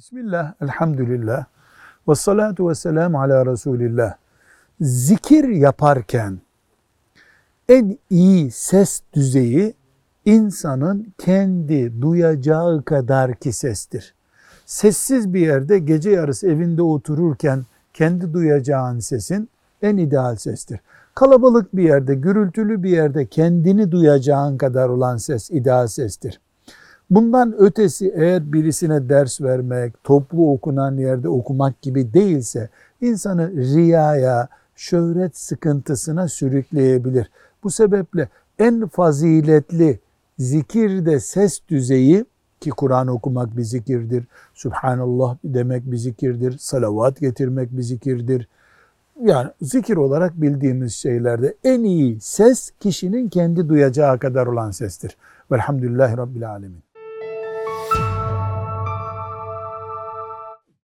Bismillah, elhamdülillah, ve salatu ve selamu ala Resulillah. Zikir yaparken en iyi ses düzeyi insanın kendi duyacağı kadarki sestir. Sessiz bir yerde gece yarısı evinde otururken kendi duyacağın sesin en ideal sestir. Kalabalık bir yerde, gürültülü bir yerde kendini duyacağın kadar olan ses ideal sestir. Bundan ötesi eğer birisine ders vermek, toplu okunan yerde okumak gibi değilse insanı riyaya, şöhret sıkıntısına sürükleyebilir. Bu sebeple en faziletli zikirde ses düzeyi ki Kur'an okumak bir zikirdir, Subhanallah demek bir zikirdir, salavat getirmek bir zikirdir. Yani zikir olarak bildiğimiz şeylerde en iyi ses kişinin kendi duyacağı kadar olan sestir. Velhamdülillahi Rabbil Alemin.